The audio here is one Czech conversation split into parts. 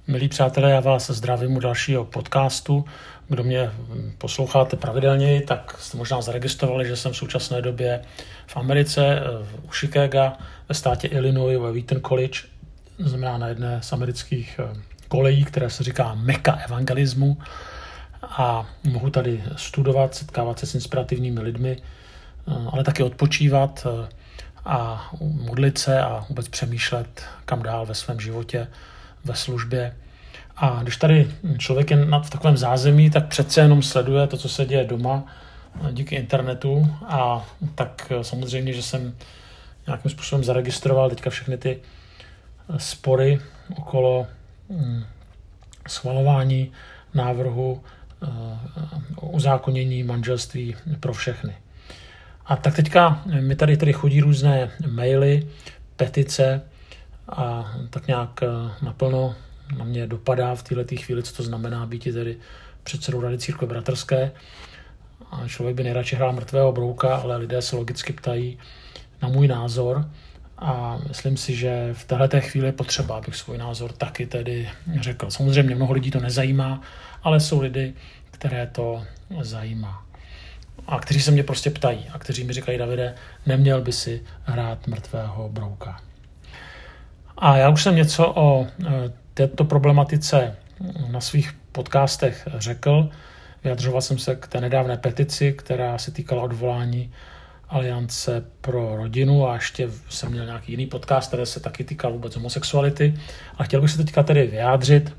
Milí přátelé, já vás zdravím u dalšího podcastu. Kdo mě posloucháte pravidelněji, tak jste možná zaregistrovali, že jsem v současné době v Americe, u Chicaga, ve státě Illinois, ve Wheaton College, to znamená na jedné z amerických kolejí, které se říká Meka evangelismu. A mohu tady studovat, setkávat se s inspirativními lidmi, ale taky odpočívat a modlit se a vůbec přemýšlet, kam dál ve svém životě, ve službě. A když tady člověk je v takovém zázemí, tak přece jenom sleduje to, co se děje doma díky internetu. A tak samozřejmě, že jsem nějakým způsobem zaregistroval teďka všechny ty spory okolo schvalování návrhu uzákonění manželství pro všechny. A tak teďka mi tady chodí různé maily, petice a tak nějak naplno na mě dopadá v této chvíli, co to znamená být tedy předsedou Rady církve bratrské. A člověk by nejradši hrál mrtvého brouka, ale lidé se logicky ptají na můj názor a myslím si, že v této chvíli je potřeba, abych svůj názor taky tedy řekl. Samozřejmě mnoho lidí to nezajímá, ale jsou lidi, které to zajímá. A kteří se mě prostě ptají a kteří mi říkají: Davide, neměl by si hrát mrtvého brouka. A já už jsem něco o této problematice na svých podcastech řekl. Vyjadřoval jsem se k té nedávné petici, která se týkala odvolání Aliance pro rodinu, a ještě jsem měl nějaký jiný podcast, který se taky týkal vůbec homosexuality. A chtěl bych se teďka tedy vyjádřit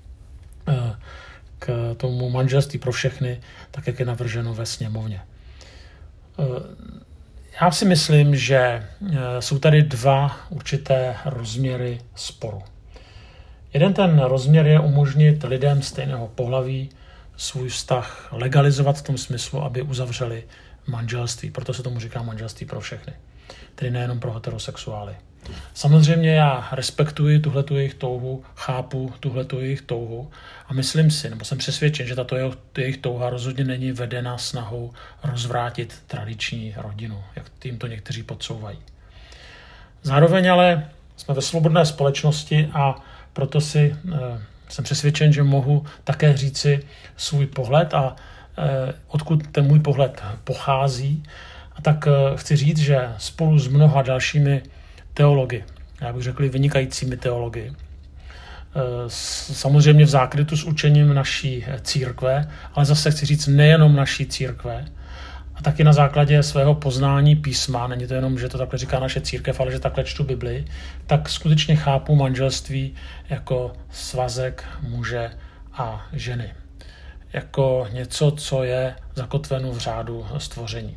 k tomu manželství pro všechny, tak jak je navrženo ve sněmovně. Já si myslím, že jsou tady dva určité rozměry sporu. Jeden ten rozměr je umožnit lidem stejného pohlaví svůj vztah legalizovat v tom smyslu, aby uzavřeli manželství. Proto se tomu říká manželství pro všechny. Tedy nejenom pro heterosexuály. Samozřejmě já respektuji tuhletu jejich touhu, chápu tuhletu jejich touhu a myslím si, nebo jsem přesvědčen, že tato jejich touha rozhodně není vedena snahou rozvrátit tradiční rodinu, jak tím to někteří podsouvají. Zároveň ale jsme ve svobodné společnosti a proto jsem přesvědčen, že mohu také říci svůj pohled a odkud ten můj pohled pochází. A tak chci říct, že spolu s mnoha dalšími teology, já bych řekl vynikajícími teology, samozřejmě v zákrytu s učením naší církve, ale zase chci říct nejenom naší církve, a taky na základě svého poznání písma, není to jenom, že to takhle říká naše církev, ale že takhle čtu Bibli, tak skutečně chápu manželství jako svazek muže a ženy. Jako něco, co je zakotveno v řádu stvoření.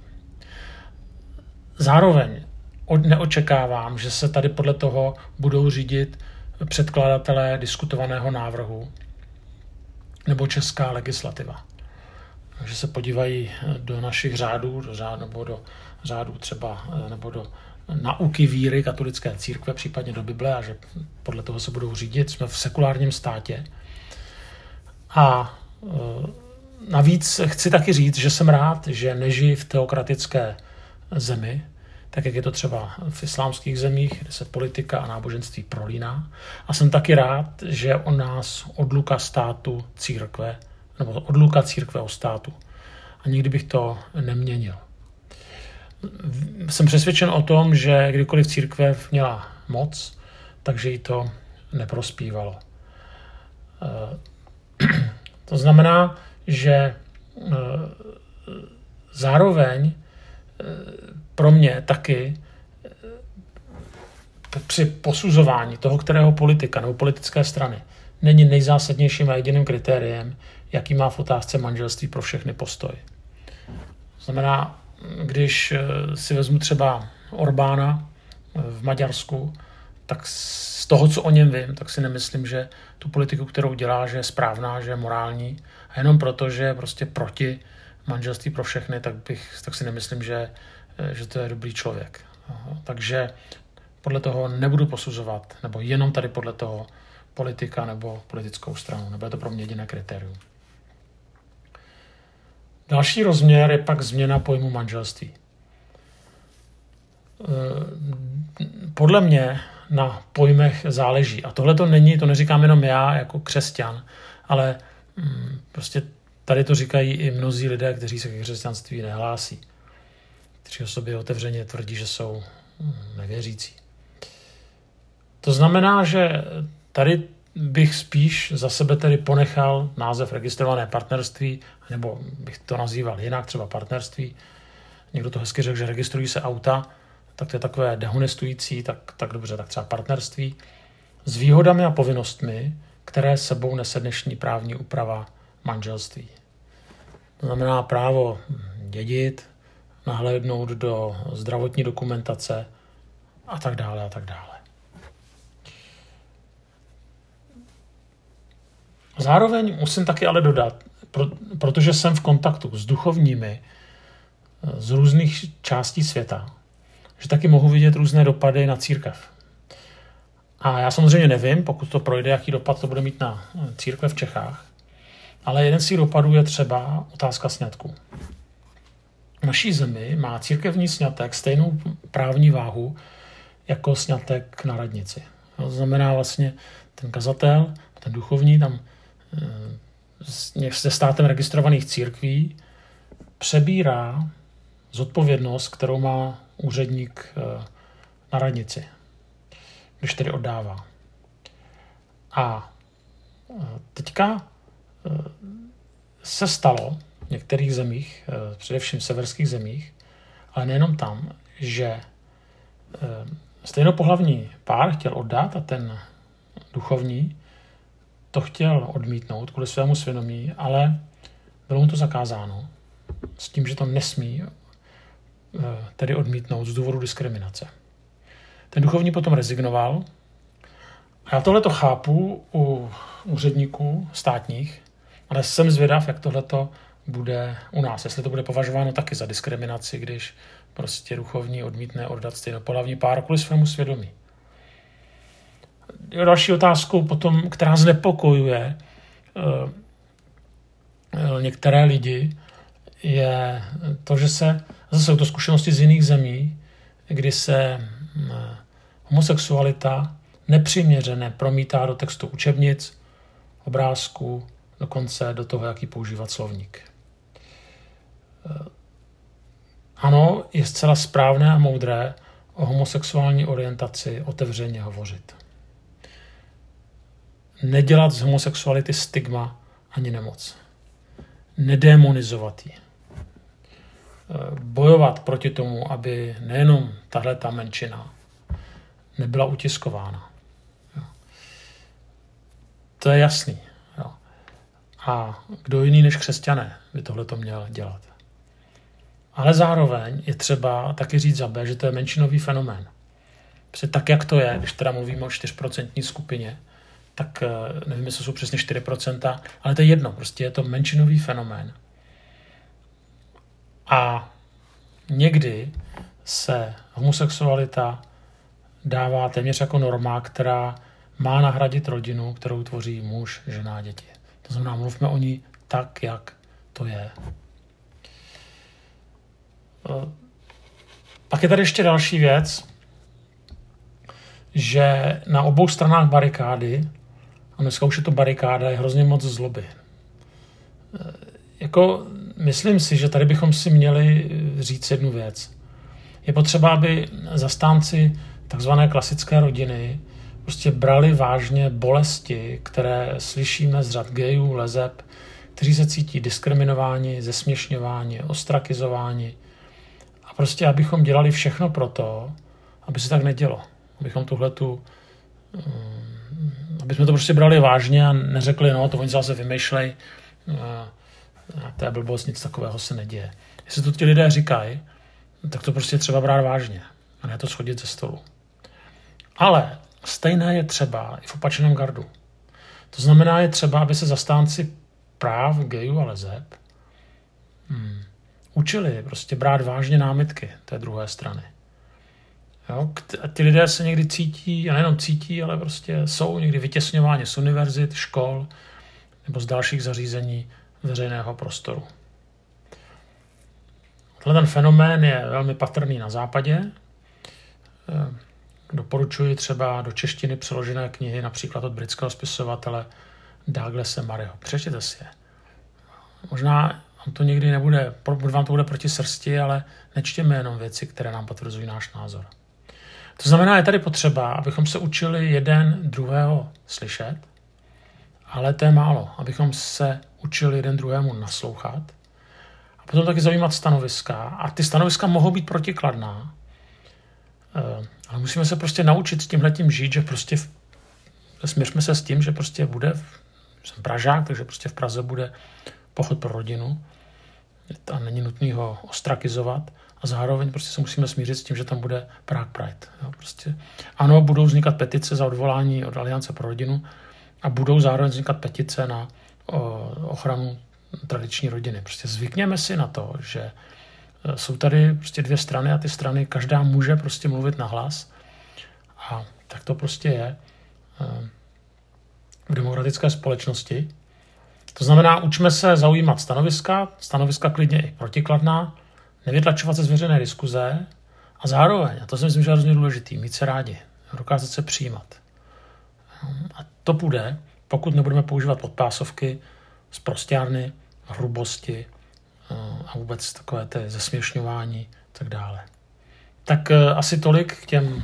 Zároveň neočekávám, že se tady podle toho budou řídit předkladatelé diskutovaného návrhu nebo česká legislativa. Že se podívají do našich řádů, nebo do řádů třeba, nebo do nauky víry katolické církve, případně do Bible, a že podle toho se budou řídit. Jsme v sekulárním státě. A navíc chci taky říct, že jsem rád, že nežiji v teokratické zemi, tak jak je to třeba v islámských zemích, kde se politika a náboženství prolíná. A jsem taky rád, že o nás odluka státu církve, nebo odluka církve od státu. A nikdy bych to neměnil. Jsem přesvědčen o tom, že kdykoliv církev měla moc, takže jí to neprospívalo. To znamená, že zároveň pro mě taky při posuzování toho, kterého politika nebo politické strany není nejzásadnějším a jediným kritériem, jaký má v otázce manželství pro všechny postoj. To znamená, když si vezmu třeba Orbána v Maďarsku, tak z toho, co o něm vím, tak si nemyslím, že tu politiku, kterou dělá, že je správná, že je morální. A jenom proto, že je prostě proti manželství pro všechny, tak si nemyslím, že to je dobrý člověk. Takže podle toho nebudu posuzovat, nebo jenom tady podle toho politika nebo politickou stranu. Nebo je to pro mě jediné kritérium. Další rozměr je pak změna pojmu manželství. podle mě na pojmech záleží. A tohle to neříkám jenom já jako křesťan, ale prostě tady to říkají i mnozí lidé, kteří se k křesťanství nehlásí. Kteří o sobě otevřeně tvrdí, že jsou nevěřící. To znamená, že tady bych spíš za sebe tedy ponechal název registrované partnerství, nebo bych to nazýval jinak, třeba partnerství. Někdo to hezky řekl, že registrují se auta, tak to je takové dehonestující, tak dobře, tak třeba partnerství. S výhodami a povinnostmi, které sebou nese dnešní právní úprava manželství. To znamená právo dědit, nahlédnout do zdravotní dokumentace a tak dále a tak dále. Zároveň musím taky ale dodat, protože jsem v kontaktu s duchovními z různých částí světa, že taky mohu vidět různé dopady na církev. A já samozřejmě nevím, pokud to projde, jaký dopad to bude mít na církev v Čechách, ale jeden z těch dopadů je třeba otázka sňatku. V naší zemi má církevní sňatek stejnou právní váhu jako sňatek na radnici. To znamená vlastně ten kazatel, ten duchovní tam se státem registrovaných církví přebírá zodpovědnost, kterou má úředník na radnici, když tedy oddává. A teďka se stalo v některých zemích, především v severských zemích, ale nejenom tam, že stejnopohlavní pár chtěl oddat a ten duchovní to chtěl odmítnout kvůli svému svědomí, ale bylo mu to zakázáno s tím, že to nesmí tedy odmítnout z důvodu diskriminace. Ten duchovní potom rezignoval a já tohleto chápu u úředníků státních, ale jsem zvědav, jak tohleto bude u nás. Jestli to bude považováno taky za diskriminaci, když prostě duchovní odmítne oddat stejnopohlavní pár kvůli svému svědomí. Další otázkou potom, která znepokojuje některé lidi, je to, že zase jsou to zkušenosti z jiných zemí, kdy se homosexualita nepřiměřeně promítá do textu učebnic, obrázků, dokonce do toho, jaký používat slovník. Ano, je zcela správné a moudré o homosexuální orientaci otevřeně hovořit. Nedělat z homosexuality stigma ani nemoc. Nedémonizovat ji. Bojovat proti tomu, aby nejenom tahleta menšina nebyla utiskována. To je jasný. A kdo jiný než křesťané by tohleto měl dělat. Ale zároveň je třeba taky říct za B, že to je menšinový fenomén. Protože tak, jak to je, když teda mluvíme o 4% skupině, tak nevím, jestli jsou přesně 4%, ale to je jedno, prostě je to menšinový fenomén. A někdy se homosexualita dává téměř jako norma, která má nahradit rodinu, kterou tvoří muž, žena a děti. To znamená, mluvme o ní tak, jak to je. Pak je tady ještě další věc, že na obou stranách barikády, a dneska už je to barikáda, je hrozně moc zloby. Myslím si, že tady bychom si měli říct jednu věc. Je potřeba, aby zastánci takzvané klasické rodiny prostě brali vážně bolesti, které slyšíme z řad gayů, leseb, kteří se cítí diskriminováni, zesměšňováni, ostrakizováni. A prostě, abychom dělali všechno pro to, aby se tak nedělo. Aby jsme to prostě brali vážně a neřekli, no, to oni zase vymýšlej, to je blbost, nic takového se neděje. Jestli to ti lidé říkají, tak to prostě třeba brát vážně a ne to schodit ze stolu. Ale stejné je třeba i v opačném gardu. To znamená, je třeba, aby se zastánci práv gayů a leseb učili prostě brát vážně námitky té druhé strany. Jo? A ti lidé se někdy cítí, a nejenom cítí, ale prostě jsou někdy vytěsňováni z univerzit, škol nebo z dalších zařízení veřejného prostoru. Ten fenomén je velmi patrný na západě, doporučuji třeba do češtiny přeložené knihy, například od britského spisovatele Douglase Murrayho. Přečtěte si je. Možná vám to někdy nebude, vám to bude proti srsti, ale nečtěme jenom věci, které nám potvrzují náš názor. To znamená, je tady potřeba, abychom se učili jeden druhého slyšet, ale to je málo, abychom se učili jeden druhému naslouchat a potom taky zajímat stanoviska. A ty stanoviska mohou být protikladná, ale musíme se prostě naučit s tímhletím žít, že prostě směřme se s tím, že prostě jsem Pražák, takže prostě v Praze bude pochod pro rodinu a není nutný ho ostrakizovat a zároveň prostě se musíme smířit s tím, že tam bude Prague Pride. Jo, prostě. Ano, budou vznikat petice za odvolání od Aliance pro rodinu a budou zároveň vznikat petice na ochranu tradiční rodiny. Prostě zvykněme si na to, že jsou tady prostě dvě strany a ty strany, každá může prostě mluvit nahlas a tak to prostě je v demokratické společnosti. To znamená, učme se zaujímat stanoviska klidně i protikladná, nevytlačovat se z veřejné diskuze a zároveň, a to si myslím, že je hrozně důležitý, mít se rádi, dokázat se přijímat. A to půjde, pokud nebudeme používat podpásovky, sprosťárny, hrubosti a vůbec takové té zesměšňování a tak dále. Tak asi tolik k těm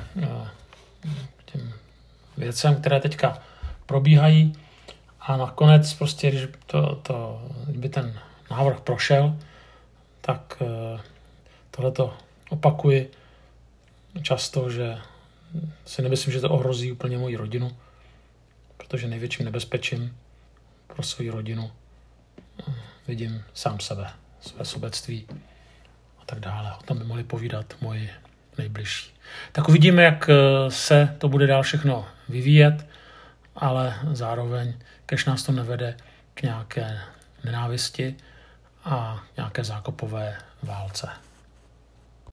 věcem, které teďka probíhají a nakonec prostě, když by ten návrh prošel, tak tohleto opakuji často, že si nemyslím, že to ohrozí úplně moji rodinu, protože největším nebezpečím pro svou rodinu vidím sám sebe, své sobectví a tak dále. O tom by mohli povídat moji nejbližší. Tak uvidíme, jak se to bude dál všechno vyvíjet, ale zároveň, kež nás to nevede k nějaké nenávisti a nějaké zákopové válce.